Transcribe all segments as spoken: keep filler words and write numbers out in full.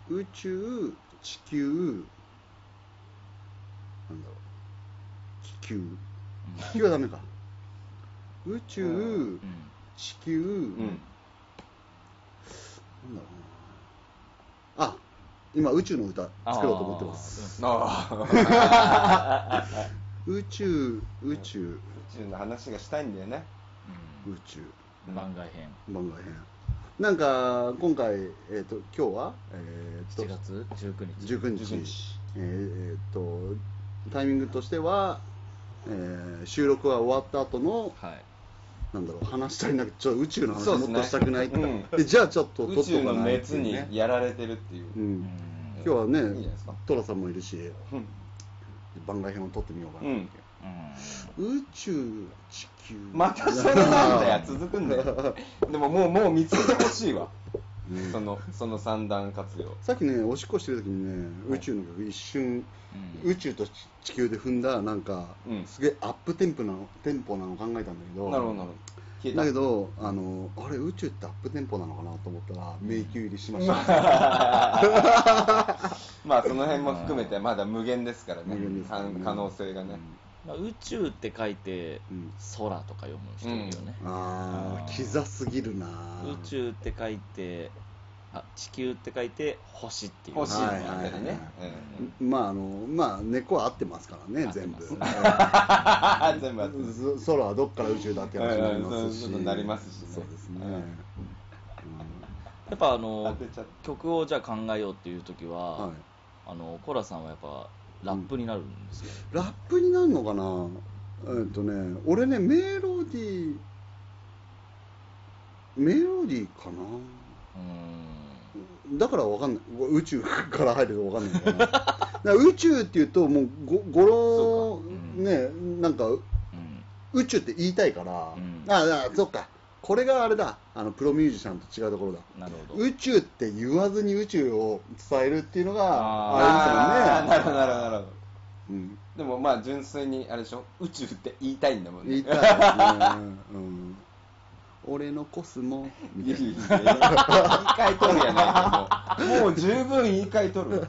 宇宙、地球、なんだろう、気球、気球はダメか。宇宙、うん、地球、うん、なんだろうな。あ、今宇宙の歌作ろうと思ってます。あ宇宙、宇宙、 宇宙の話がしたいんだよね。 うん、宇宙、 番外編。 番外編。なんか今回、えーと、今日は、えーと、 しちがつじゅうくにち、 じゅうくにち、えーと、タイミングとしては、えー、収録が終わった後の、はい、なんだろう、話したいんだけど、ちょっと宇宙の話もっとしたくないって、ね、うん、でじゃあちょっと宇宙の熱にやられてるっていう、うん、 今日はね、いいトラさんもいるし、うん、番外編を撮ってみようかなって、うん、宇宙、地球、 またそれなんだよ、続くんだよ。でももうもう見つけてほしいわ。うん、そのその三段活用。 さっきね、おしっこしてる時にね、宇宙の曲一瞬、うん、宇宙と地球で踏んだなんか、うん、すげえアップテンポなのテンポなの考えたんだけど、 なるほどなるほど。だけどあのあれ宇宙ってアップテンポなのかなと思ったら迷宮入りしました。 まあその辺も含めてまだ無限ですからね。無限ですからね、可能性がね。 まあ、宇宙って書いて、うん、空とか読む人いるよね、 うん、ああ、キザすぎるな。 宇宙って書いて、あ、地球って書いて星っていう、 星みたいなね。 まああのまあ根っこは合ってますからね、全部。全部合ってます。空はどっから宇宙だって話になりますし、 なりますしね。 そうですね。うん、 やっぱあの曲をじゃあ考えようっていう時は、はい、あのコラさんはやっぱラップになるんですか、 うん、ラップになるのかな。えっとね、俺ね、メロディーメロディーかな。うん、だからわかんない。宇宙から入るとわかんないのかな。だから宇宙っていうともうご語呂、うん、ね、なんか、うん、宇宙って言いたいから、うん、ああ、そっか。これがあれだ、あのプロミュージシャンと違うところだ。 なるほど。 宇宙って言わずに宇宙を伝えるっていうのがあれですもんね。なるほどなるほどなるほど。うん、でもまあ純粋にあれでしょ、宇宙って言いたいんだもんね。 言いたいですね。うん、俺のコスモみたいな。言い換えとるやないかもう。もう十分言い換えとる。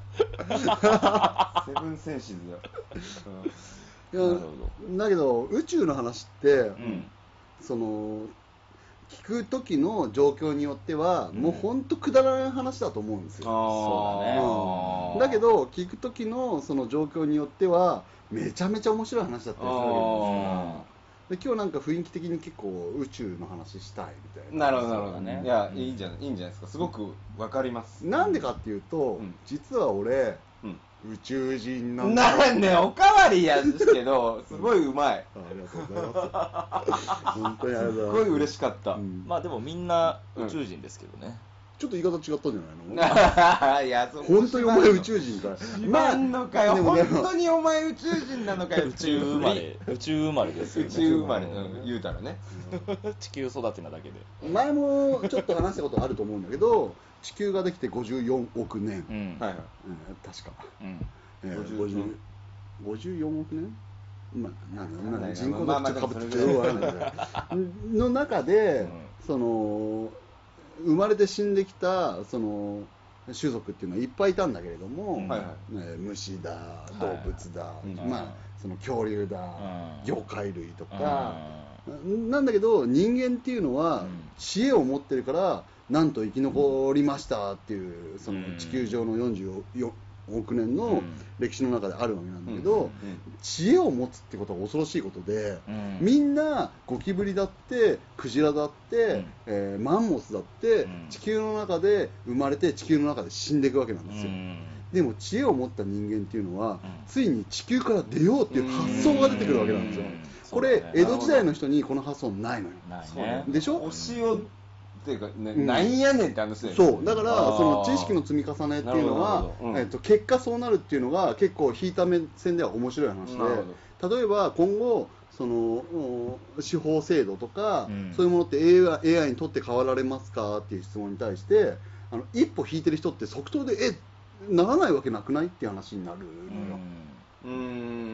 セブンセンシズよ。 うん、いやだけど宇宙の話って、うん、その聞く時の状況によっては、うん、もうほんとくだらない話だと思うんですよ。 そうだね、 うん、だけど聞く時のその状況によってはめちゃめちゃ面白い話だったりするわけですよ。で今日なんか雰囲気的に結構宇宙の話したいみたいな。 なるほどなるほどね。いや、いいんじゃない、いいんじゃないですか。すごくわかります。 なんでかっていうと、うん、実は俺、うん、宇宙人なんだ。なんね、おかわりやですけど、すごいうまい。 ありがとうございます。本当にありがとうございます。 すごい嬉しかった。 うん、まあでもみんな宇宙人ですけどね。うんちょっと言い方違ったんじゃないの？いや、本当にお前宇宙人かよ。 まあんのかよ。本当にお前宇宙人なのかよ。 宇宙生まれ、宇宙生まれですよね。 宇宙生まれ、うん、言うたらね。 地球育ちなだけで。 前もちょっと話したことあると思うんだけど、地球ができてごじゅうよんおくねん。うん、はいはい。うん、確か。うん。えー、ごじゅう、ごじゅうよんおくねん？まあ、なんだ、なんだ、人口のかぶってるわかんないけど。の中で、その。生まれて死んできたその種族っていうのはいっぱいいたんだけれども、はいはいね、虫だ動物だ、はいまあ、その恐竜だ、魚介類とかなんだけど人間っていうのは知恵を持ってるからなんと生き残りましたっていうその地球上のよんじゅうよんおくねんの歴史の中であるわけなんだけど、知恵を持つってことは恐ろしいことで、みんなゴキブリだってクジラだって、えー、マンモスだって地球の中で生まれて地球の中で死んでいくわけなんですよ。でも知恵を持った人間っていうのはついに地球から出ようっていう発想が出てくるわけなんですよ。これ江戸時代の人にこの発想ないのよ。でしょ？ お塩っていうか、ねうん、なんやねんって話だよね。 そうだからその知識の積み重ねっていうのは、うんえっと、結果そうなるっていうのが結構引いた目線では面白い話で、例えば今後その司法制度とか、うん、そういうものって エーアイ にとって変わられますかっていう質問に対してあの一歩引いてる人って即答でえならないわけなくないっていう話になるのよ。うんうん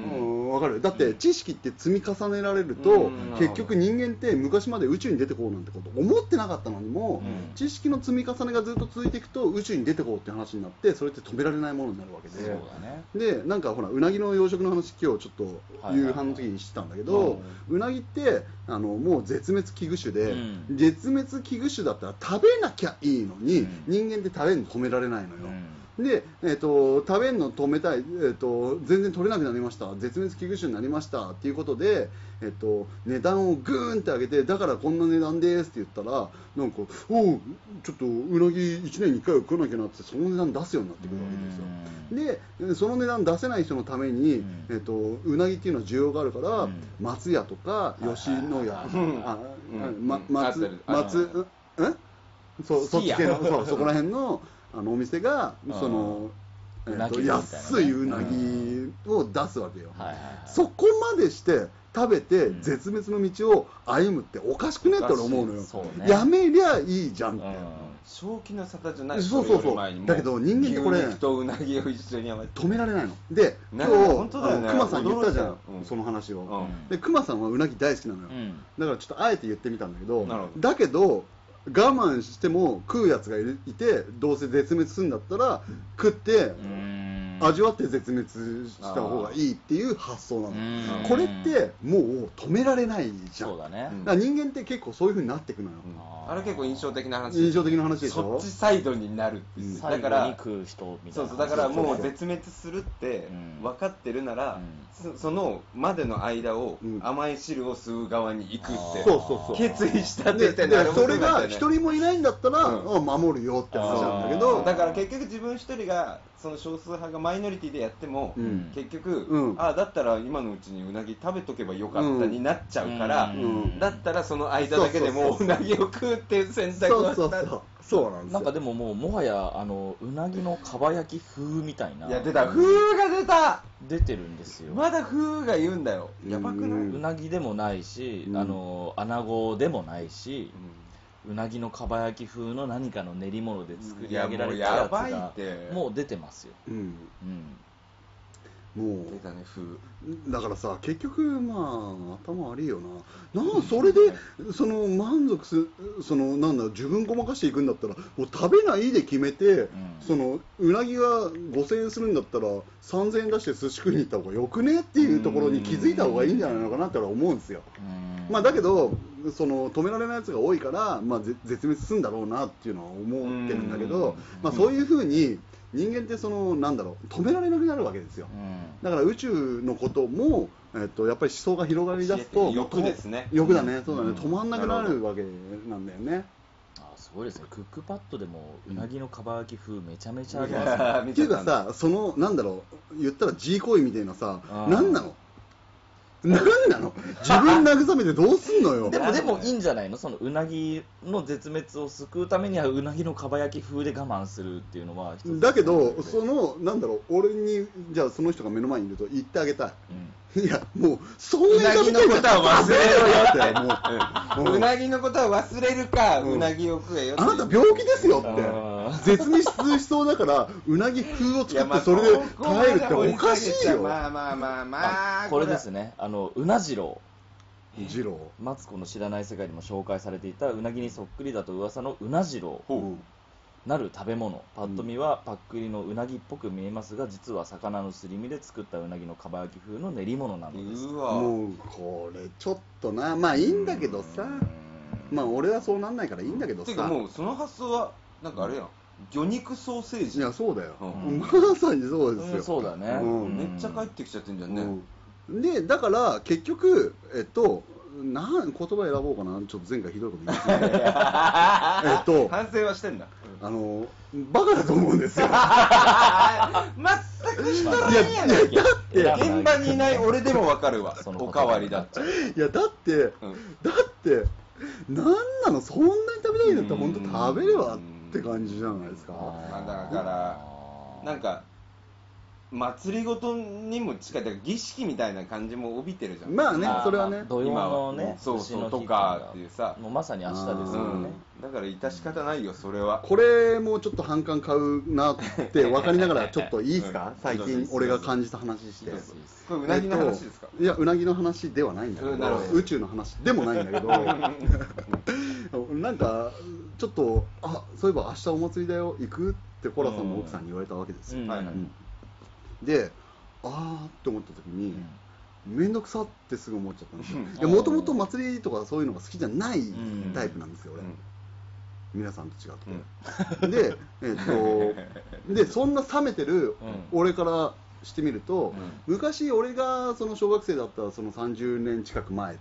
ん、分かる。だって知識って積み重ねられると、うん、結局人間って昔まで宇宙に出てこうなんてこと思ってなかったのにも、うん、知識の積み重ねがずっと続いていくと宇宙に出てこうって話になって、それって止められないものになるわけで、 そうだね、 でなんかほらうなぎの養殖の話今日ちょっと夕飯の時にしてたんだけど、はいはいはい、うなぎってあのもう絶滅危惧種で、うん、絶滅危惧種だったら食べなきゃいいのに、うん、人間って食べるの止められないのよ、うん、で、えー、と食べるの止めたい、えー、と全然取れなくなりました、絶滅危惧種になりましたっていうことで、えー、と値段をグーンって上げて、だからこんな値段ですって言ったら、なんかおうちょっとうなぎいちねんにいっかいは食わなきゃなって、その値段出すようになってくるわけですよ。でその値段出せない人のために、うん、えー、とうなぎっていうのは需要があるから、うん、松屋とか吉野家、松松んそそっち系のそうそこら辺のあのお店がその、えー、と安いうなぎを出すわけよ、うん、はいはいはい、そこまでして食べて絶滅の道を歩むっておかしくねって俺思うのよ、ね、やめりゃいいじゃんって、うん、 正気の沙汰じゃない。 そうそうそう。だけど人間ってこれ牛肉とうなぎを一緒に止められないので、今日熊さん言ったじゃん、うん、その話を、うん、で熊さんはうなぎ大好きなのよ、うん、だからちょっとあえて言ってみたんだけど、だけど我慢しても食うやつがいて、どうせ絶滅するんだったら食って味わって絶滅した方がいいっていう発想なの。これってもう止められないじゃん。そうだね。だから人間って結構そういう風になっていくのよ。 あれ結構印象的な話。 印象的な話でしょ。 そっちサイドになるっていう。 だから食う人みたいな。 そうそう、だからもう絶滅するって分かってるなら、そのまでの間を甘い汁を吸う側に行くって決意したって言ってね。それが一人もいないんだったら守るよって話なんだけど、 だから結局自分一人がその少数派がマイノリティでやっても、うん、結局、うん、ああだったら今のうちにうなぎ食べとけばよかったになっちゃうから、うん、だったらその間だけでもうなぎを食うっていう選択をした。そうそうそうそうなんですよ。 なんかでももうもはやあのうなぎのかば焼き風みたいな。 いや出た、風が出た。 出てるんですよ。 まだ風が言うんだよ。やばくない？ うなぎでもないし、あの穴子でもないし。うなぎのかば焼き風の何かの練り物で作り上げられたやつがもう出てますよ。うん、 うん、もう出たね、風だからさ、結局まあ頭悪いよな。なあそれでその満足する、そのなんだ自分ごまかしていくんだったらもう食べないで決めて、うん、そのうなぎがごせんえんするんだったらさんぜんえん出して寿司食いに行った方がよくねっていうところに気づいた方がいいんじゃないのかなって思うんですよ。まあだけどその止められないやつが多いから、まあ、絶滅するんだろうなっていうのは思ってるんだけど、まあ、そういうふうに人間ってそのなんだろう止められなくなるわけですよ。だから宇宙のことも、えっと、やっぱり思想が広がり出すと欲ですね。 欲だね、そうだね、止まんなくなるわけなんだよね。 あ、すごいですね。クックパッドでもうなぎのかば焼き風めちゃめちゃありますね。 っていうかさ、そのなんだろう言ったら G 行為みたいなさ、なんなの何なの自分慰めてどうすんのよ。 でもでもいいんじゃないの、そのうなぎの絶滅を救うためにはうなぎのかば焼き風で我慢するっていうのは一つだけど、そのなんだろう俺にじゃあその人が目の前にいると言ってあげたい、うん、いやもうそんなうなぎのことは忘れろよってもううなぎのことは忘れるか、うん、うなぎを食えよって。 あなた病気ですよって絶滅しそうだからうなぎ風を作ってそれで耐えるっておかしいよ。 まあまあまあまあこれですね、あのうな次郎次郎マツコの知らない世界にも紹介されていたうなぎにそっくりだと噂のうな次郎なる食べ物、パッと見はパックリのうなぎっぽく見えますが、実は魚のすり身で作ったうなぎのかば焼き風の練り物なのです。 うわもうこれちょっとな、まあいいんだけどさ、まあ俺はそうなんないからいいんだけどさ。 てかもうその発想はなんかあれやん、魚肉ソーセージ。 いやそうだよ、うん、まさにそうですよ、 うん、そうだね、 うん、めっちゃ帰ってきちゃってんじゃんね、 うん、でだから結局えっとなん言葉選ぼうかな、ちょっと前回ひどいこと言ってえっと反省はしてんだ、 うん、あのバカだと思うんですよ全く人のやねん。だって現場にいない俺でも分かるわおかわりだっちゃう。 いやだって、うん、だってなんなの、そんなに食べたいんだったら本当食べればって感じじゃないですか。 まあだからなんか祭りごとにも近い、だから儀式みたいな感じも帯びてるじゃん。 まあね、それはね、 土曜のね、 そうそうとかっていうさ、 もうまさに明日ですよね。 だから致し方ないよ、それは。 これもちょっと反感買うなって分かりながら、ちょっといいですか、最近俺が感じた話して。 これうなぎの話ですか？ いや、うなぎの話ではないんだけど、宇宙の話でもないんだけど、なんかちょっと、あ、そういえば明日お祭りだよ、行くってコラさんの奥さんに言われたわけですよ。で、あーって思った時に、面倒くさってすぐ思っちゃったんですよ。もともと祭りとかそういうのが好きじゃないタイプなんですよ、俺。皆さんと違って。で、えっと、で、そんな冷めてる俺からしてみると、昔俺がその小学生だったそのさんじゅうねん近く前って、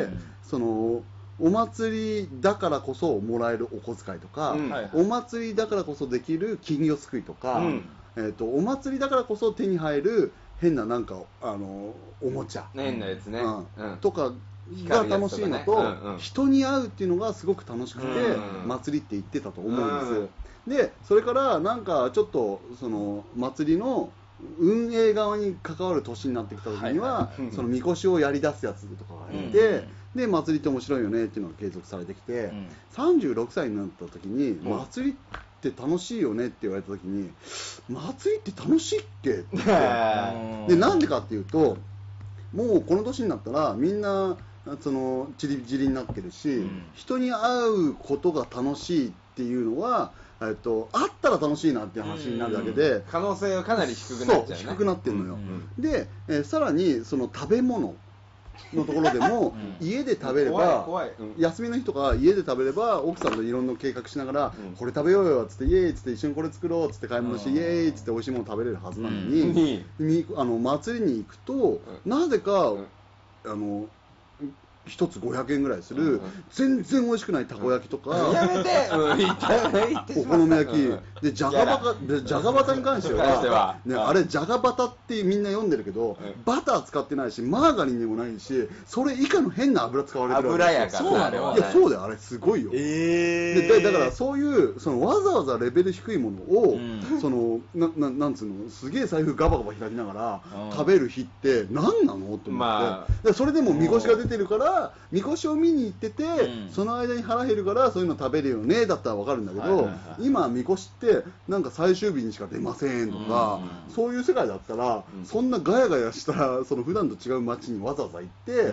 その、お祭りだからこそもらえるお小遣いとか、お祭りだからこそできる金魚すくいとか、えっと、お祭りだからこそ手に入る変ななんかあのおもちゃ、 変なやつね、 とかが楽しいのと、人に会うっていうのがすごく楽しくて、祭りって言ってたと思うんです。で、それからなんかちょっとその祭りの運営側に関わる年になってきた時には、そのみこしをやり出すやつとかがいて、で祭りって面白いよねっていうのが継続されてきて、さんじゅうろくさいになった時に祭りって楽しいよねって言われた時に、祭りって楽しいっけってで、なんでかっていうと、もうこの年になったらみんなそのちりぢりになってるし、うん、人に会うことが楽しいっていうのは、えっと、会ったら楽しいなっていう話になるだけで、うん、 可能性はかなり低くなっちゃうね。 そう、低くなってるのよ、うんうん、で、えー、さらにその食べ物のところでも、うん、家で食べれば、怖い怖い、うん、休みの日とか家で食べれば奥さんといろんな計画しながら、うん、これ食べようよっつってイエーイっつって一緒にこれ作ろうっつって買い物して、うん、イエーイっつって美味しいもの食べれるはずなのに、うん、あの祭りに行くと、うん、なぜか、うん、あの一つごひゃくえんぐらいする、うんうん、全然美味しくないたこ焼きとか、 うん、やめて、 お好み焼き、うん、でじゃがバタでじゃがバタに関しては、ね、あれじゃがバタってみんな読んでるけど、うん、バター使ってないしマーガリンでもないし、それ以下の変な油使われてるわけ油やから、 あれは、いやそうだよ、あれすごいよ、えー、でだからそういうそのわざわざレベル低いものを、うん、その な, な, なんつうのすげえ財布ガバガバ開きながら、うん、食べる日って何なのと思って、まあ、でそれでもみこしが出てるからみこしを見に行ってて、うん、その間に腹減るからそういうの食べるよねだったら分かるんだけど、はいはいはい、今みこしってなんか最終日にしか出ませんとか、うん、そういう世界だったら、うん、そんなガヤガヤしたその普段と違う街にわざわざ行って、うん、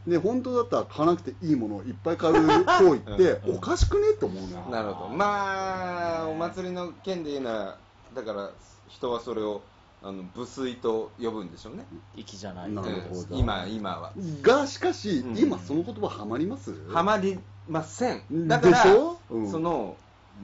で本当だったら買わなくていいものをいっぱい買う行為っておかしくねと思うな。なるほど。まあお祭りの件で言うならだから人はそれをあの無水と呼ぶんでしょうね。 息じゃない。 なるほど。 今今は。 がしかし、うん、今その言葉はまります？ はまりません。だから、うん、その、うん、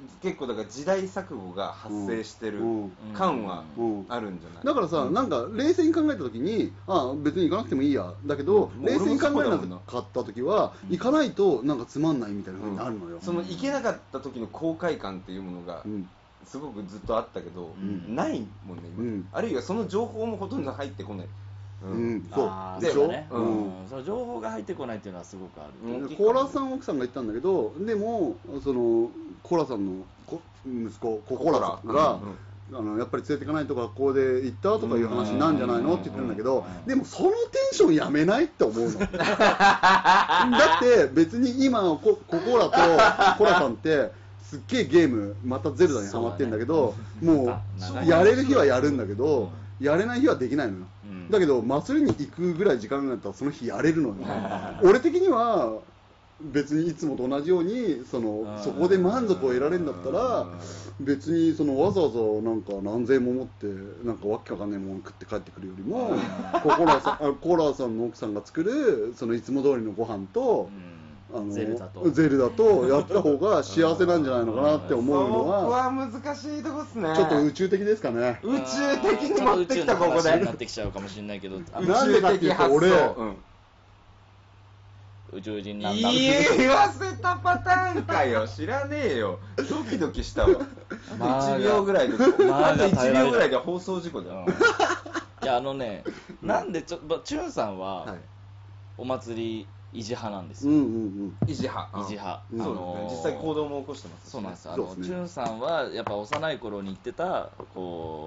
結構だから時代錯誤が発生してる感はあるんじゃない？ だからさ、うん、なんか冷静に考えた時に、あ別に行かなくてもいいやだけど、うん、冷静に考えなかった時は、うん、行かないとなんかつまんないみたいな風になるのよ。 その行けなかった時の後悔感っていうものが。うんすごくずっとあったけど、うん、ないもんね今、うん、あるいはその情報もほとんど入ってこない、 うんうん、そうでしょ、ねうん、その情報が入ってこないっていうのはすごくある、 うん、コーラさん奥さんが言ったんだけど、でもそのコーラさんの息子ココーラさんが、うんうん、あのやっぱり連れていかないと学校で行ったとかいう話なんじゃないのって言ってるんだけど、でもそのテンションやめないって思うのだって別に今ココーラとコーラさんってすっげえゲームまたゼルダにハマってんだけど、ね、もうやれる日はやるんだけど、うん、やれない日はできないのよ、うん、だけど祭りに行くぐらい時間があったらその日やれるのよ俺的には別にいつもと同じようにそのそこで満足を得られるんだったら別にそのわざわざなんか何千円も持ってなんかわけわかんないもの食って帰ってくるよりもコーラさんコーラさんの奥さんが作るそのいつも通りのご飯と、うんあのゼルダとゼルダとやった方が幸せなんじゃないのかなって思うのはそこは難しいとこっすね。 ちょっと宇宙的ですかね。 宇宙的に持ってきたここでになってきちゃうかもしれないけど、宇宙的発想、うん、 宇宙人なんだ言わせたパターンかよ。知らねえよ。ドキドキしたわ。あといちびょうぐらいであといちびょうぐらいで放送事故だよ、うん、いやあのねなんでちょチュンさんは、はい、お祭り維持派なんですよ。 うんうんうん。 維持派。 維持派。 うん、そうね。実際行動も起こしてます、ね。 そうなんです。あの、ね、チュンさんはやっぱ幼い頃に言ってたこ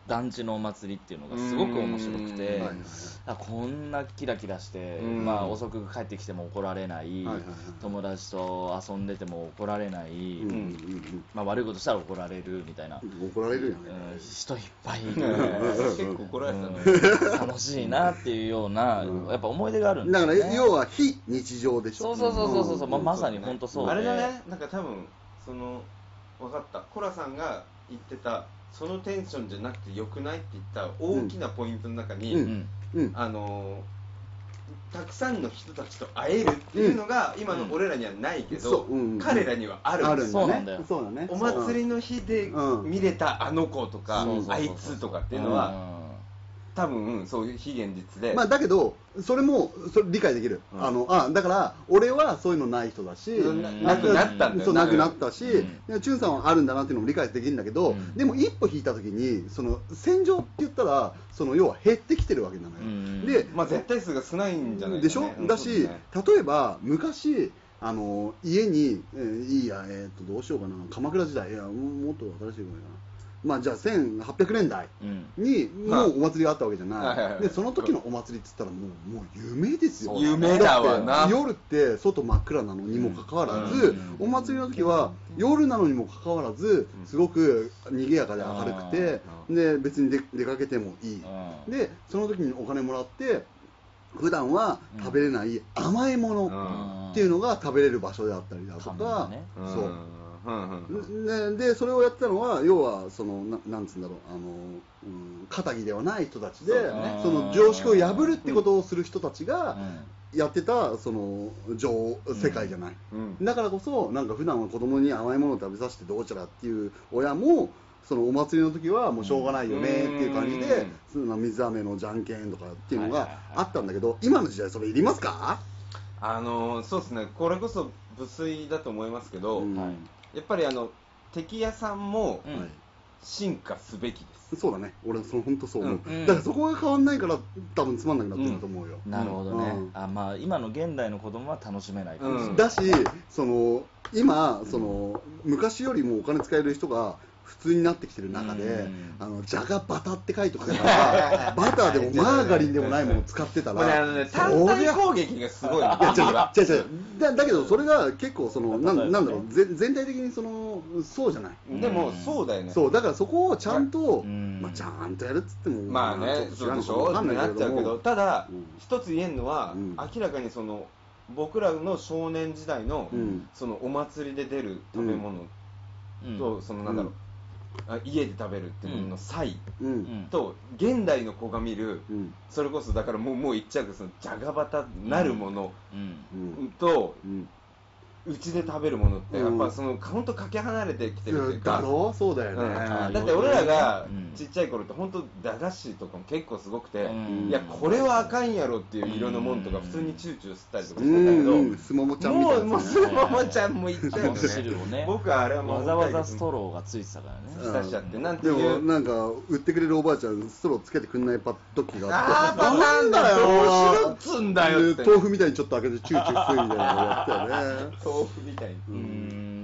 団地のお祭りっていうのがすごく面白くて、こんなキラキラして、まあ、遅く帰ってきても怒られない、友達と遊んでても怒られない、まあ、悪いことしたら怒られるみたいな、 怒られるよね、 うん、人いっぱいいる結構怒られたね、 楽しいなっていうような、やっぱ思い出があるんですよね。 だから要は非日常でしょ。 そうそうそうそうそう、まあ、まさに本当そうで、 あれだね、なんか多分その分かった、コラさんが言ってたそのテンションじゃなくてよくないって言った大きなポイントの中に、うんうん、あのたくさんの人たちと会えるっていうのが、うん、今の俺らにはないけど、うん、彼らにはあるんですよね。 そうなんだよ。 お祭りの日で見れたあの子とか、うん、あいつとかっていうのは、うん多分そういう非現実で、 まあだけどそれもそれ理解できる、うん、あのあだから俺はそういうのない人だし、 うん、なくなったんだよ、 そうなくなったし、うん、チュンさんはあるんだなっていうのも理解できるんだけど、うん、でも一歩引いた時にその戦場って言ったらその要は減ってきてるわけなのよ、うん、で、 まあ、絶対数が少ないんじゃないでしょ、ね、だし、ね、例えば昔あの家に、えー、いいや、えー、とどうしようかな、鎌倉時代、いやもっと新しいのかな、まあ、じゃあせんはっぴゃくねんだいにもうお祭りがあったわけじゃない、でその時のお祭りって言ったらもう、もう夢ですよ、 夢だわな。 夜って外真っ暗なのにもかかわらず、お祭りの時は夜なのにもかかわらずすごく賑やかで明るくて、で別に 出, 出かけてもいい、でその時にお金もらって普段は食べれない甘いものっていうのが食べれる場所であったりだとか、そうで, でそれをやってたのは要はその な, なんつうんだろう、あの、うん、肩着ではない人たちで そ,、ね、その常識を破るってことをする人たちがやってたその情世界じゃない、うんうん、だからこそなんか普段は子供に甘いものを食べさせてどうちゃらっていう親もそのお祭りの時はもうしょうがないよねっていう感じで、うん、水飴のじゃんけんとかっていうのがあったんだけど、今の時代それいりますか？ あのそうですね、これこそ無粋だと思いますけど、うんはいやっぱりあの敵屋さんも進化すべきです、 うん、そうだね、俺はその本当そう思う、うん、だからそこが変わんないから多分つまんなくなってると思うよ、 うん、なるほどね、うん、あまあ今の現代の子供は楽しめないかもしれない、 うん、だしその今その昔よりもお金使える人が普通になってきてる中で、あのじゃがバタって書いておくからバターでもマーガリンでもないものを使ってたら、 あのね、単体攻撃がすごい。いや違う違う違うだだけどそれが結構そのな ん, なんだろうぜ全体的にそのそうじゃない。 でもそうだよね。 そうだからそこをちゃんと、まあちゃんとやるっつってもまあねそうでしょってなっちゃうけど、ただ一つ言えるのは明らかにその僕らの少年時代のそのお祭りで出る食べ物とそのなんだろう。家で食べるっていうのの差異と現代の子が見るそれこそだからもうもう言っちゃうけどそのじゃがバタなるものとうちで食べるものってやっぱその本当かけ離れてきてるっていうか、 だろうそうだよね、 うん、だって俺らがちっちゃい頃って本当駄菓子とかも結構すごくて、いやこれはあかんやろっていう色のもんとか普通にチューチュー吸ったりとかしてたけど、 すももちゃんみたいな、 もうすももちゃんも言ったよね。僕はあれはもうわざわざストローがついてたからね。 刺しちゃってなんていう。でもなんか売ってくれるおばあちゃんストローつけてくんないパッ時があって、ああなんだよ。 どうしろっつんだよって。 豆腐みたいにちょっと開けてチューチュー吸うみたいなのやったよね。 豆腐みたいに。 うん、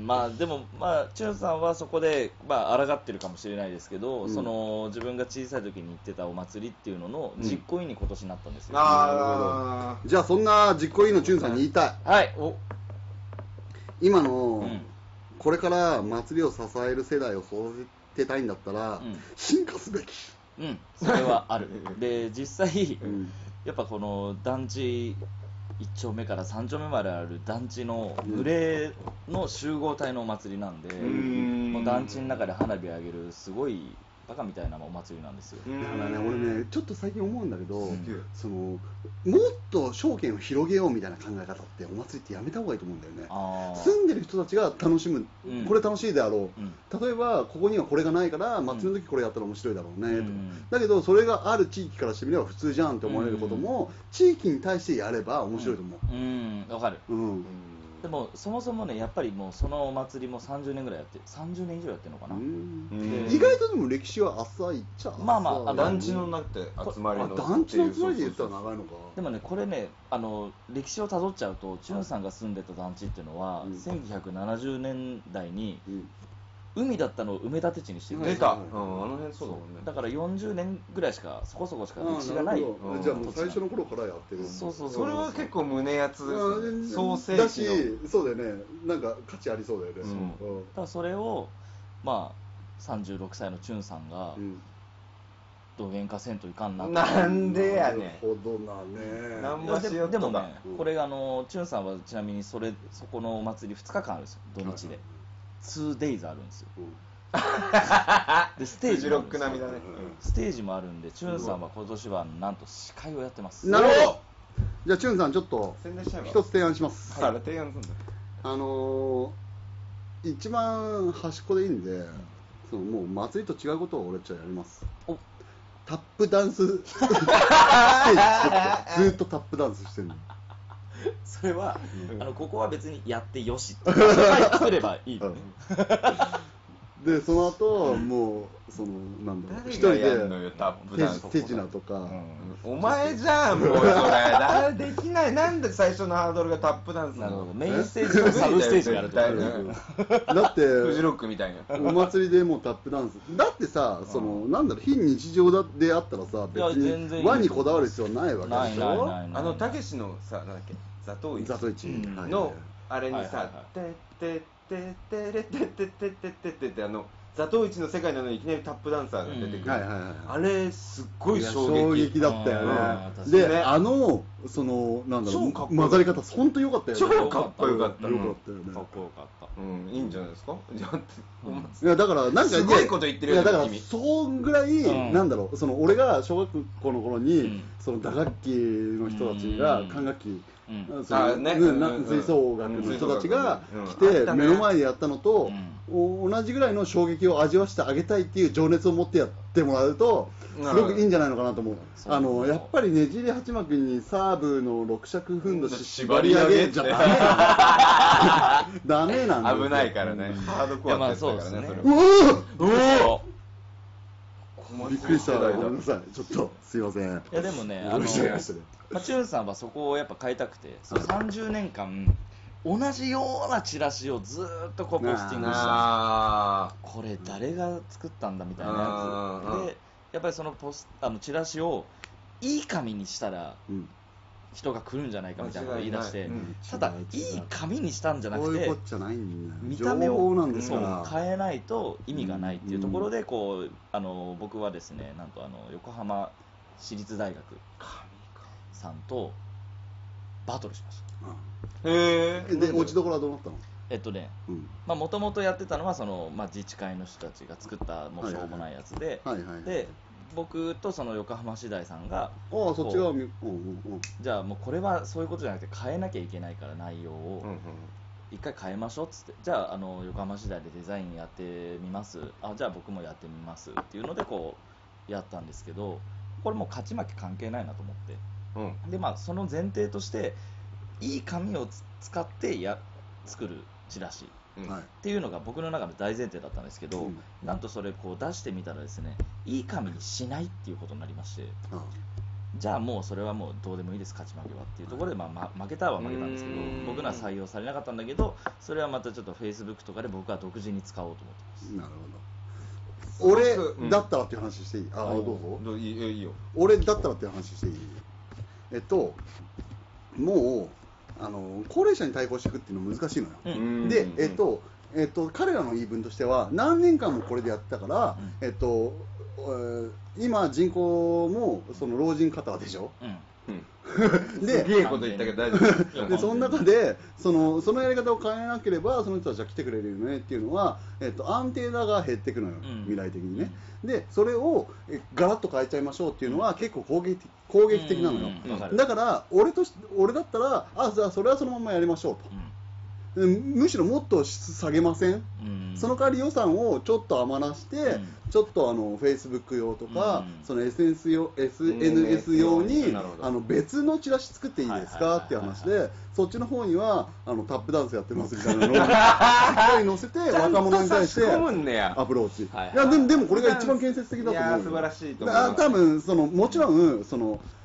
まあでもまあチュンさんはそこでまあ抗ってるかもしれないですけど、うん、その自分が小さい時に行ってたお祭りっていうのの実行委員に今年なったんですよ、 うん、あじゃあそんな実行委員のチュンさんに言いたい、 はい、お今の、うん、これから祭りを支える世代を育てたいんだったら、うん、進化すべき、 うん、それはあるで実際、うん、やっぱこの団地いっ丁目からさん丁目まである団地の群れの集合体のお祭りなんで、うん、もう団地の中で花火上げるすごいバカみたいなお祭りなんですよ。 だからね俺ねちょっと最近思うんだけど、そのもっと証券を広げようみたいな考え方ってお祭りってやめた方がいいと思うんだよね。住んでる人たちが楽しむ、うん、これ楽しいであろう、うん、例えばここにはこれがないから祭りの時これやったら面白いだろうね、うん、とだけどそれがある地域からしてみれば普通じゃんって思われることも、うん、地域に対してやれば面白いと思う。 うんわ、うん、かる、うんでもそもそもねやっぱりもうそのお祭りもさんじゅうねんぐらいやってさんじゅうねん以上やってるのかな。 意外とでも歴史は浅いっちゃまあまあ団地のなって集まりの団地の集まりで言ったら長いのか。 でもねこれねあの歴史をたどっちゃうとチュンさんが住んでた団地っていうのは、うん、せんきゅうひゃくななじゅうねんだいに、うん海だったのを埋め立て地にしてる。 出た、うん、あの辺そうだもんね。 だからよんじゅうねんぐらいしかそこそこしか歴史がない。 じゃあもう最初の頃からやってる。 そうそうそう。 それは結構胸熱ですね。創世だし、そうだよね。なんか価値ありそうだよね。 ただそれをまあさんじゅうろくさいのチュンさんがどげんかせんといかんな。 なんでやねん。 なるほどなね。 なんもしよっとか。 でもね、これあのチュンさんはちなみにそれそこのお祭りふつかかんあるんですよ、土日で。ツーデイズあるんですよ。でステージロック並みだね。 ステージもあるんで、チュンさんは今年はなんと司会をやってます。 なるほど。じゃあチュンさんちょっと一つ提案します。 はい、提案するんだ。 あのー、一番端っこでいいんで、そのもう祭りと違うことを俺ちゃやります。タップダンスステージずっとタップダンスしてるの。 それは、うん、あのここは別にやってよしって作ればいい、ね、 でその後、うん、もうそのなんだろう一人で手品とか、 うん、お前じゃんもうそれだできない。なんで最初のハードルがタップダンスなの。 メインステージとサブステージがあるとだってフジロックみたいなお祭りでもうタップダンスだってさ、そのなんだろう非日常だであったらさ別に和にこだわる必要ないわけでしょ。あのたけしのさなんだっけザトウイチのあれにさ「てってってってれってってってってって」ってあのザトウイチの世界なのにいきなりタップダンサーが出てくる、あれすっごい衝撃衝撃だったよね。であのそのなんだろう混ざり方本当良かったよね。 超かっこよかったよかったよね。 かっこよかった。 うん、いいんじゃないですか。じゃあいやだからなんかすごいこと言ってるよ。 いやだからそんぐらいなんだろう、その俺が小学校の頃にその打楽器の人たちが管楽器吹奏楽の人たちが来て目の前でやったのと同じぐらいの衝撃を味わせてあげたいっていう情熱を持ってやってもらうとすごくいいんじゃないのかなと思う。あのやっぱりねじり鉢巻きにサーブのろく尺ふんどし縛り上げじゃダメなんだよ。 危ないからね。ハードコアってやつだからね。 うおびっくりした。ごめんなさい。ちょっとすいません。 いやでもね、あのチュンさんはそこをやっぱ変えたくて、そのさんじゅうねんかん同じようなチラシをずーっとこうポスティングしたんですよ。これ誰が作ったんだみたいなやつで、やっぱりそのポスあのチラシをいい紙にしたら人が来るんじゃないかみたいなことを言い出して、ただいい紙にしたんじゃなくて見た目を変えないと意味がないっていうところで、こうあの僕はですね、なんとあの横浜市立大学さんとバトルしました。 へえ。で落ちどころはどうなったの？ えっとね、もともとやってたのはその、まあ、自治会の人たちが作ったもうしょうもないやつで、で僕とその横浜市大さんが、 ああそっち側、うんうんうん、 じゃあもうこれはそういうことじゃなくて変えなきゃいけないから内容を一回変えましょうっつって、じゃあ、あの横浜市大でデザインやってみます、あじゃあ僕もやってみますっていうのでこうやったんですけど、これもう勝ち負け関係ないなと思って、うん、でまあその前提としていい紙を使ってや作るチラシっていうのが僕の中の大前提だったんですけど、うん、なんとそれこう出してみたらですね、いい紙にしないっていうことになりまして、うん、じゃあもうそれはもうどうでもいいです勝ち負けはっていうところで、まあ、ま負けたは負けたんですけど、僕のは採用されなかったんだけど、それはまたちょっと Facebook とかで僕は独自に使おうと思ってます。 なるほど。俺だったらっていう話していい？ああどうぞ。 どういいよ。 俺だったらっていう話していい？えっともうあの高齢者に対抗していくっていうのは難しいのよ、うん、で、えっとえっと、彼らの言い分としては何年間もこれでやってたから、うんえっとえー、今人口もその老人方でしょ、うんですげえこと言ったけど大丈夫でその中でそのそのやり方を変えなければその人たちは来てくれるよねっていうのは、えっと、安定だが減っていくのよ、うん、未来的にね、でそれをガラッと変えちゃいましょうっていうのは結構攻撃的攻撃的なのよ、うんうん、だから俺とし俺だったらあじゃあそれはそのままやりましょうと、うん、むしろもっと下げません、うん、その代わり予算をちょっと余らして、うん、ちょっとあの Facebook 用とか、うん、その エスエヌエス 用、エスエヌエス 用にあの別のチラシ作っていいですかっていう話で、そっちの方にはあのタップダンスやってますみたいなのをしっかり載せて若者に対してアプローチ。いやでもでもこれが一番建設的だと思う。いや素晴らしいと思います。 多分そのもちろんその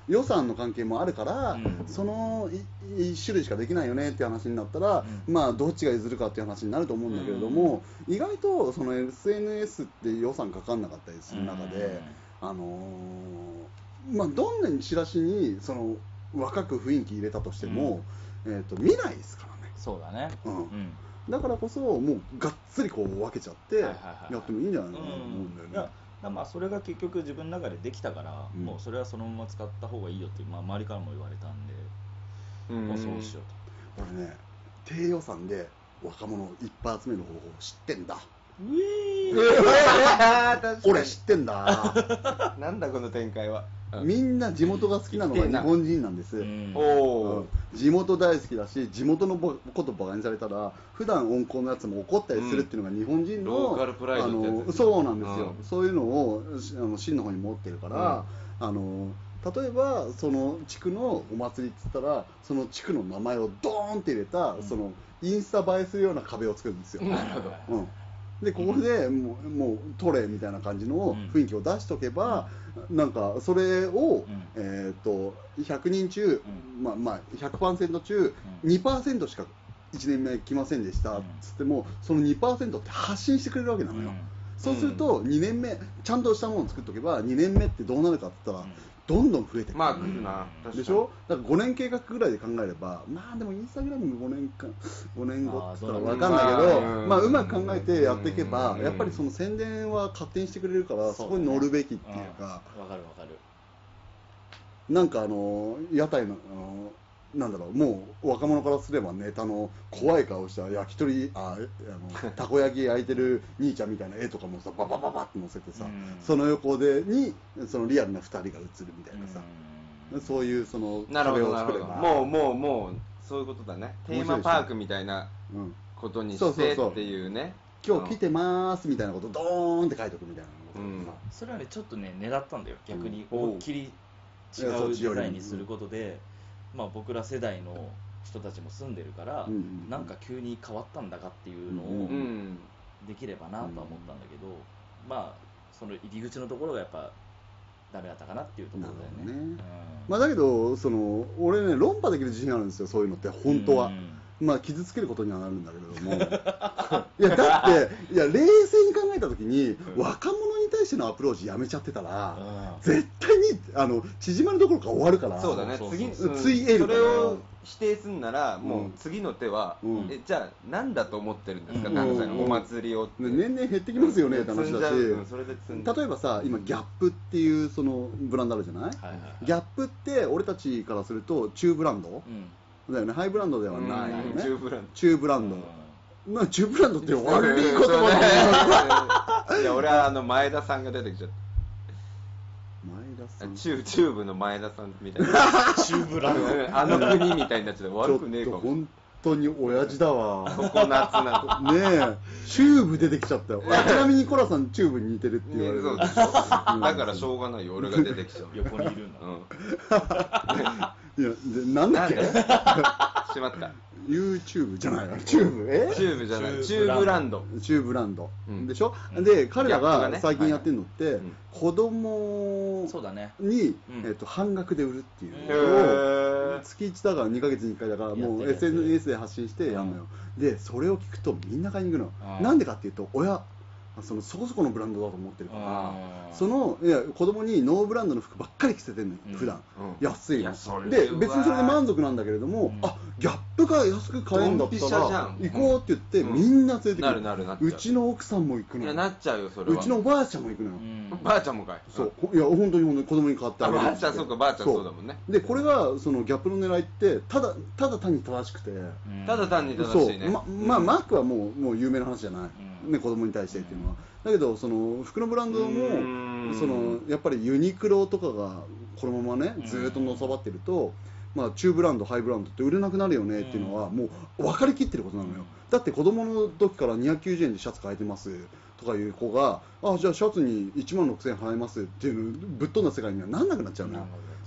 予算の関係もあるから、うん、そのい一種類しかできないよねっていう話になったら、うん、まあどっちが譲るかっていう話になると思うんだけれども、うん、意外とその エスエヌエス って予算かかんなかったりする中で、うん、あのー、まあどんなにチラシにその若く雰囲気入れたとしても、うん、えーと見ないですからね。 そうだね、 うんうん、だからこそもうがっつりこう分けちゃってやってもいいんじゃないかなと思うんだよね。うんまあそれが結局自分の中でできたから、うん、もうそれはそのまま使った方がいいよって、まあ、周りからも言われたんで、うん、もうそうしようと。俺ね、低予算で若者をいっぱい集める方法を知ってんだ。 うえー俺知ってんだ。 なんだこの展開は。 みんな地元が好きなのが日本人なんです、うん、お地元大好きだし、地元のことバカにされたら普段温厚なやつも怒ったりするっていうのが日本人の、うん、 ローカルプライドってやつ、 ね、そうなんですよ、うん、そういうのをあの真の方に持ってるから、うん、あの例えばその地区のお祭りって言ったらその地区の名前をドーンって入れた、うん、そのインスタ映えするような壁を作るんですよ。 なるほど、 うんでここでもう、もうトレみたいな感じの雰囲気を出しとけば、うん、なんかそれを、うん、えー、とひゃくにん中、うん、まあまあ ひゃくパーセント 中、うん、にパーセント しかいちねんめ来ませんでしたっつっても、その にパーセント って発信してくれるわけなのよ、うん、そうするとにねんめちゃんとしたものを作っておけばにねんめってどうなるかって言ったら、うんどんどん増えてくる。 まあ来るな。 でしょ？だからごねん計画ぐらいで考えれば、まあでもインスタグラムごねんかごねんごって言ったら分かんないけど、まあ、まあうまく考えてやっていけば、やっぱりその宣伝は勝手にしてくれるから、そこに乗るべきっていうか。 わかるわかる。 なんかあの屋台のあのなんだろう、もう若者からすればネタの怖い顔した焼き鳥ああのたこ焼き焼いてる兄ちゃんみたいな絵とかもさババババって載せてさ、その横でにそのリアルなふたりが映るみたいなさ、そういうその壁を作れば、もうもうもうそういうことだね。テーマパークみたいなことにしてっていうね。 今日来てまーすみたいなことドーンって書いておくみたいなこと、うん、 それはねちょっとね狙ったんだよ逆に、思いっきり違うデザインにすることで、まあ、僕ら世代の人たちも住んでるから、うんうん、なんか急に変わったんだかっていうのをできればなとは思ったんだけど、うん、まあその入り口のところがやっぱダメだったかなっていうところだよね。ね、うん、 まあ、だけどその俺ね論破できる自信あるんですよ、そういうのって本当は。うんまあ傷つけることにはなるんだけれどもいやだっていや冷静に考えたときに若者に対してのアプローチやめちゃってたら、うん、絶対にあの縮まるどころか終わるから。 そうだね、次つい得るから、 それを否定するならもう次の手は、うん、えじゃあ何だと思ってるんですか、うん、関西のお祭りをって、 年々減ってきますよねって話だし、うん、それで例えばさ今ギャップっていうそのブランドあるじゃない、はいはいはい、ギャップって俺たちからすると中ブランド、うんだよね、ハイブランドではないよね。 中ブランド。 中ブランド。まあ中ブランドって悪い言葉だね。いや俺はあの前田さんが出てきちゃった。 前田さん。 中中部の前田さんみたいな。 中ブランド。 あの国みたいになっちゃって悪くねえかも。 本当に親父だわ。 ココナッツな。 ねえ、チューブ出てきちゃったよ。ちなみにコラさんチューブに似てるって言われる。 そうでしょ。だからしょうがないよ、俺が出てきちゃう。 横にいるんだ。 いや、なんだっけしまった。 YouTube じゃないのチューブえチューブじゃないチューブランドチューブランド、うん、でしょ、うん、で彼らが最近やってるのって、ねはい、子供に、えー、と半額で売るっていうのを月いちだからにかげつにいっかいだからもう エスエヌエス で発信してやるのよ、うん、でそれを聞くとみんな買いに行くのなんでかっていうと親そのそこそこのブランドだと思ってるからそのいや子供にノーブランドの服ばっかり着せてるの、うん、普段、うん、安いので別にそれで満足なんだけれども、うん、あギャップが安く買えるんだったら行こうって言って、うん、みんな連れてくる、 なるなるなっちゃううちの奥さんも行くのいやなっちゃうよそれはうちのおばあちゃんも行くのよ、 うん、ばあちゃんもかいそういや本当に本当に子供に買ってあげるばあちゃんそうかばあちゃんそうだもんねでこれがそのギャップの狙いってただただ単に正しくて、うん、 ただ単に正しいねま、まあマックはもうもう有名な話じゃない、うん、ね子供に対してっていうのはだけどその服のブランドもそのやっぱりユニクロとかがこのままねずっとのさばってると、まあ、中ブランドハイブランドって売れなくなるよねっていうのはもう分かりきってることなのよだって子供の時からにひゃくきゅうじゅうえんでシャツ買えてますとかいう子があじゃあシャツにいちまんろくせんえん払いますっていうぶっ飛んだ世界にはなんなくなっちゃうのよ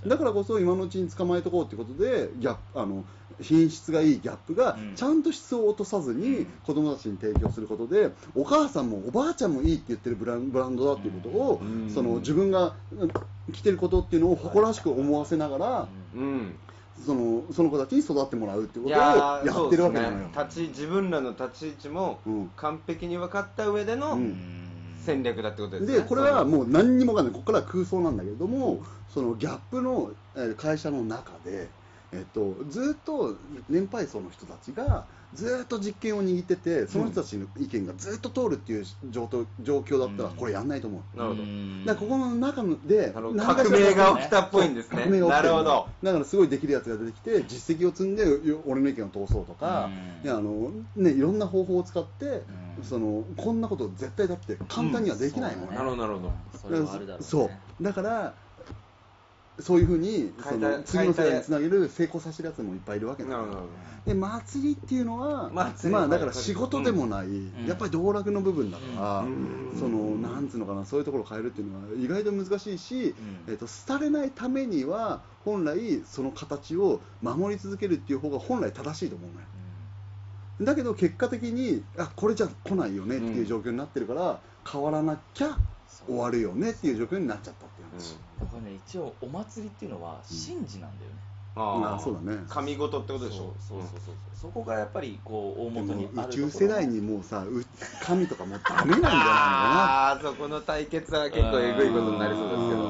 だからこそ今のうちに捕まえとこうってことでギャップあの品質がいいギャップがちゃんと質を落とさずに子供たちに提供することで、お母さんもおばあちゃんもいいって言ってるブラン、ブランドだっていうことを、その自分が着てることっていうのを誇らしく思わせながら、うん、そのその子たちに育ってもらうっていうことをやってるわけなのよ。 ね、立ち自分らの立ち位置も完璧に分かった上での、うん、戦略だってことですね。 でこれはもう何にも分かんない、ここからは空想なんだけれども、そのギャップの会社の中で、えっと、ずっと年配層の人たちがずっと実権を握ってて、その人たちの意見がずっと通るっていう状況だったらこれやんないと思う。なるほど。だからここの中で革命が起きたっぽいんですね。 革命が起きてる。 なるほど。 だからすごいできるやつが出てきて実績を積んで俺の意見を通そうとか、いやあのねいろんな方法を使ってそのこんなこと絶対だって簡単にはできないもんね。 なるほどなるほど。 それはあるだろうね。 そうだから。そういうふうにその次の世代につなげる成功させるやつもいっぱいいるわけだから。で祭りっていうのはまあだから仕事でもない、うん、やっぱり道楽の部分だから、うん、そのなんつうのかな、そういうところを変えるっていうのは意外と難しいし、うん、えーと廃れないためには本来その形を守り続けるっていう方が本来正しいと思うのよ。うん、だけど結果的にあこれじゃ来ないよねっていう状況になってるから、うん、変わらなきゃ終わるよねっていう状況になっちゃったっていう話。 うん、だからね、一応お祭りっていうのは神事なんだよね。 うん、ああ、そうだね。神事ってことでしょ。 そうそうそうそう、うん、そこがやっぱりこう大元にある宇宙世代にもうさ神とかもうダメなんじゃないのかな。 ああ、そこの対決は結構えぐいことになりそうですけど、うん、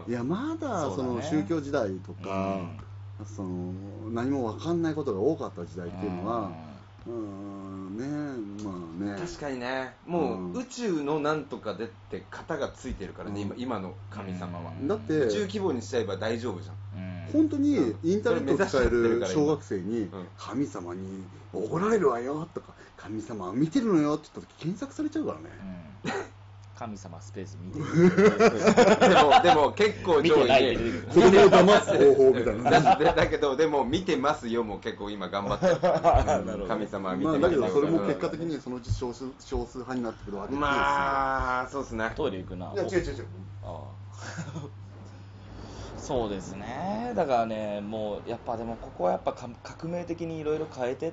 いやまだその宗教時代とか、うん、その何も分かんないことが多かった時代っていうのは、うん、ね、まあね、 確かにね、もう宇宙のなんとかでって型がついてるからね、うん、今, 今の神様は、 だって宇宙規模にしちゃえば大丈夫じゃん。 本当にインターネットを使える小学生に神様に怒られるわよとか神様は見てるのよって言った時検索されちゃうからね、 うん神様スペース見てるでもでも結構上位に子供を騙す方法みたいなだ, だけどでも見てますよも結構今頑張ってる神様は見てますよ、まあ、 だけどそれも結果的にそのうち少数少数派になってくるわけですよ。 まあそうですね。 トイレ行くな。 いや違う違う違うあそうですね。だからね、もうやっぱでもここはやっぱ革命的にいろいろ変えてって、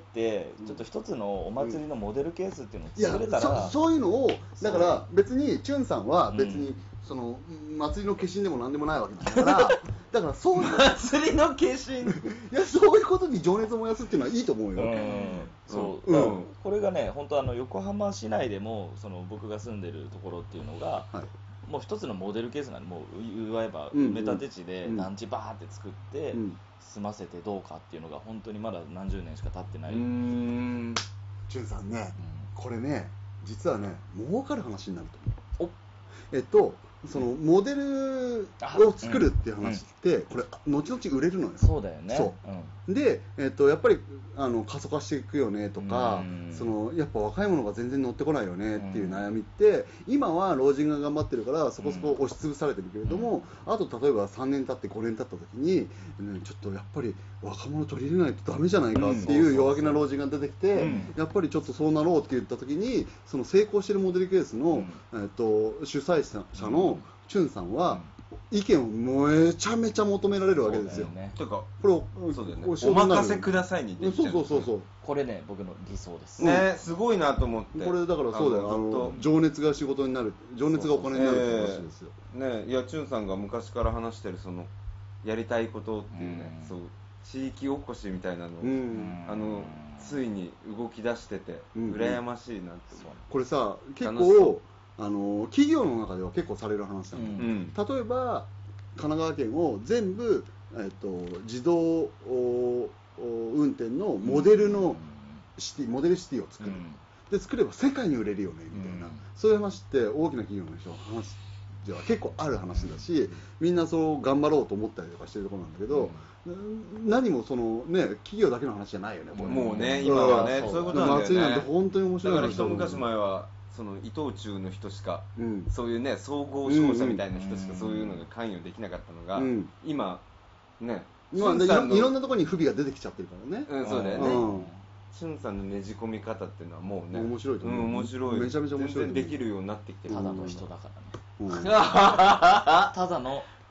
うん、ちょっと一つのお祭りのモデルケースっていうのを作れたら、 いや そ, そういうのをだから別にチュンさんは別に、うん、その祭りの化身でもなんでもないわけだからだからそういう祭りの化身いやそういうことに情熱を燃やすっていうのはいいと思うよ。うん、 そう、うん、これがね本当あの横浜市内でもその僕が住んでるところっていうのが、はいもう一つのモデルケースなんで、もういわば埋め立て地で団地バーって作って住ませてどうかっていうのが本当にまだ何十年しか経ってない。うーんチュンさんね、うん、これね実はね儲かる話になると思う。おえっとそのモデルを作るっていう話って、うん、これ後々売れるのよ。 そうだよね。 そう、うん、で、えっと、やっぱりあの過疎化していくよねとか、そのやっぱ若い者が全然乗ってこないよねっていう悩みって、今は老人が頑張ってるからそこそこ押しつぶされてるけれども、あと例えばさんねん経ってごねん経った時に、ね、ちょっとやっぱり若者取り入れないとダメじゃないかっていう弱気な老人が出てきて、うん、やっぱりちょっとそうなろうって言った時にその成功してるモデルケースの、うんえっと、主催者のチュンさんは意見をめちゃめちゃ求められるわけですよ。 というかこれをそうだよね、お任せくださいに言ってる。そうそうそうそう。 これね僕の理想ですね。すごいなと思って。 これだからそうだよ。あの情熱が仕事になる、情熱がお金になるって話ですよ。 ね、いやチュンさんが昔から話してるそのやりたいことっていうね、そう地域おこしみたいなのをあのついに動き出してて羨ましいなって。 これさ結構。あの企業の中では結構される話なの、うん、例えば神奈川県を全部、えっと、自動運転のモデルのシティ、モデルシティを作る、うん、で作れば世界に売れるよねみたいな、うん、そういう話って大きな企業の人の話では結構ある話だし、みんなそう頑張ろうと思ったりとかしてるところなんだけど、うん、何もその、ね、企業だけの話じゃないよね。これもうね今はねそういうことなんだよね。 祭りなんて本当に面白い。 だから一昔前はその伊藤忠の人しか、うん、そういうね総合商社みたいな人しかそういうのが関与できなかったのが、うん、今ね、 まあ、い, ろいろんなところに不備が出てきちゃってるからね。 うん、そうだよね。うん、チュンさんのねじ込み方っていうのはもうね面白いと思う。 うん、面白い。 めちゃめちゃ面白い。 全然できるようになってきてる。 ただの人だからね。うん、ただの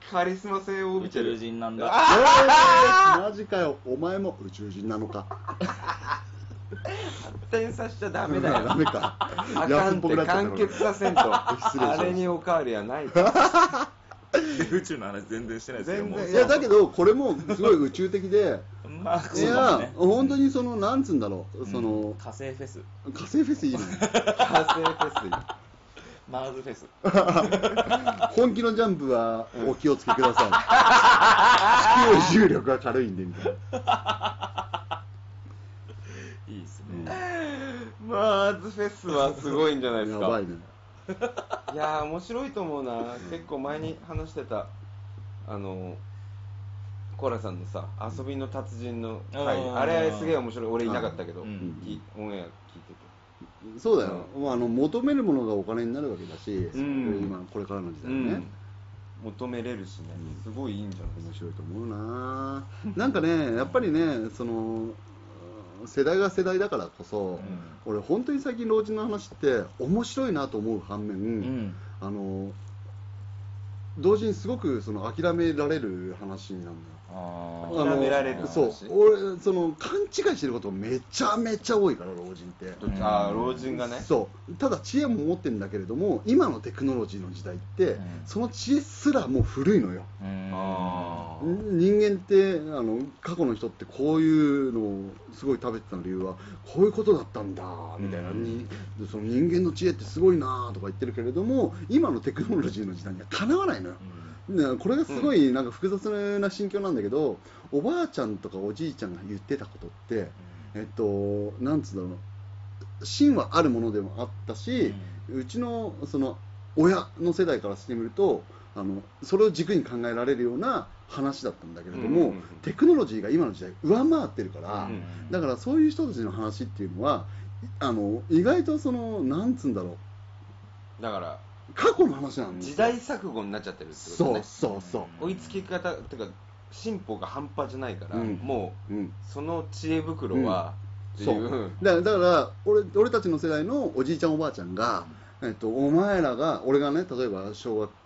カリスマ性を帯びてる宇宙人なんだ。 マジかよ、お前も宇宙人なのか。 発展させちゃダメだよ。 ダメか。 あかんって完結させんと。あれにおかわりはないと。 宇宙の話全然してないですよ。 全然。いやだけどこれもすごい宇宙的で。 まあ、 いや、ね、本当にそのなんつうんだろう、その、うん、 火星フェス。 火星フェスいいね。 火星フェスいい。 マーズフェス。 本気のジャンプはお気をつけください。地球重力が軽いんでみたいな。 いいですね。 マーズフェスはすごいんじゃないですか。 やばいね。 いやー面白いと思うな。結構前に話してたあのコーラさんのさ遊びの達人の回、あれすげえ面白い。俺いなかったけど、うん、オンエア聞いてて。 そうだよ、うん、あの求めるものがお金になるわけだし、うん、今これからの時代ね、うん、 求めれるしね、すごいいいんじゃない面白いと思うな。なんかねやっぱりねその世代が世代だからこそ、うん、俺本当に最近老人の話って面白いなと思う反面、うん、あの同時にすごくその諦められる話なんだよ。 あ諦められる話。 そう俺その勘違いしてることめちゃめちゃ多いから老人って、 うん、あ老人がね。 そうただ知恵も持ってるんだけれども今のテクノロジーの時代って、うん、その知恵すらもう古いのよ。うんあ人間ってあの過去の人ってこういうのをすごい食べてた理由はこういうことだったんだみたいな、うん、その人間の知恵ってすごいなとか言ってるけれども今のテクノロジーの時代にはかなわないのよ。うんこれがすごいなんか複雑な心境なんだけど、うん、おばあちゃんとかおじいちゃんが言ってたことって、うん、えっとなんつうんだろう芯はあるものでもあったし、うん、うちのその親の世代からしてみるとあのそれを軸に考えられるような話だったんだけれども、うんうんうん、テクノロジーが今の時代上回ってるから、うんうん、だからそういう人たちの話っていうのはあの意外とそのなんつうんだろうだから過去の話なんですよ。 時代錯誤になっちゃってるってことね。 そうそうそう追いつき方っていうか進歩が半端じゃないから、うん、もう、うん、その知恵袋は、うん、っていうそうだから、だから俺、俺たちの世代のおじいちゃんおばあちゃんが、えっと、お前らが俺がね例えば小学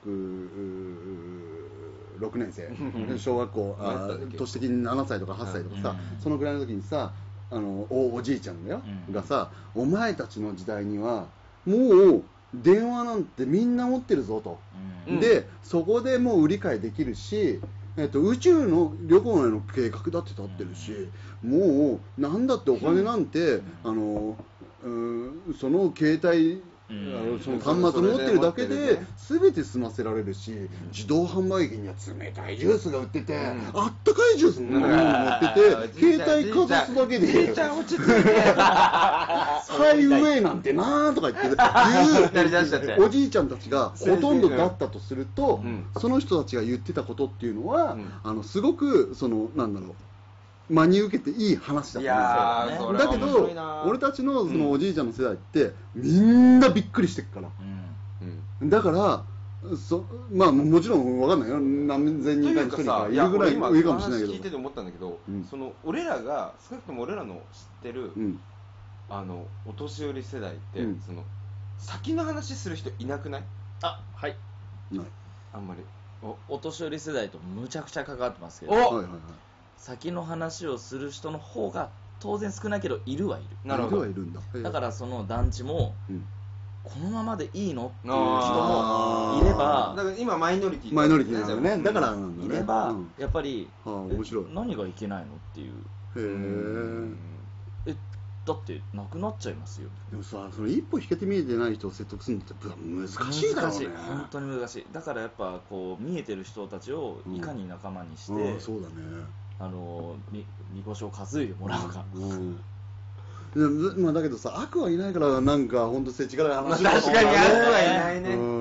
ろくねん生小学校あ年的にななさいとかはっさいとかさ、うん、そのぐらいの時にさあの お, おじいちゃんだよ、うん、がさお前たちの時代にはもう電話なんてみんな持ってるぞと、うん、でそこでもう売り買いできるし、えっと、宇宙の旅行の計画だって立ってるし、うん、もうなんだってお金なんて、うん、あのうんその携帯うん、その端末持ってるだけで全て済ませられるし、うん、自動販売機には冷たいジュースが売ってて、うん、あったかいジュースも持ってて、携帯かざすだけでじいちゃん落ち着いてハイウェイなんてなーとか言って言うおじいちゃんたちがほとんどだったとすると、うん、その人たちが言ってたことっていうのは、うん、あのすごくそのなんだろう真に受けていい話だったんですよ。だけど俺たちのそのおじいちゃんの世代ってみんなびっくりしてるから、うん、だからそまあもちろん分かんないよ何千人かに一人かいるぐらい上かもしれないけど聞いてて思ったんだけど、うん、その俺らが少なくとも俺らの知ってる、うん、あのお年寄り世代って、うん、その先の話する人いなくない？ あはいないあんまりお, お年寄り世代とむちゃくちゃ関わってますけど、 はいはいはい先の話をする人の方が当然少ないけどいるはいる。 なるほど。いるはいるんだ。 だからその団地も、うん、このままでいいのっていう人もいれば、 だから今マイノリティマイノリティなんだよね。だからなんだね。 いれば、うん、やっぱり、 はあ、面白い。 何がいけないのっていう。へえ。えだってなくなっちゃいますよ。 でもさ、その一歩引けて見えてない人を説得するのって難しいだろうね。難しい。 本当に難しい。だからやっぱこう見えてる人たちをいかに仲間にして、うんああそうだね。 あのみみこしを担いでもらうか、うんうん、まあだけどさ悪はいないからなんか本当世知辛い話だ、ね、まあ、確かに悪はいないね、う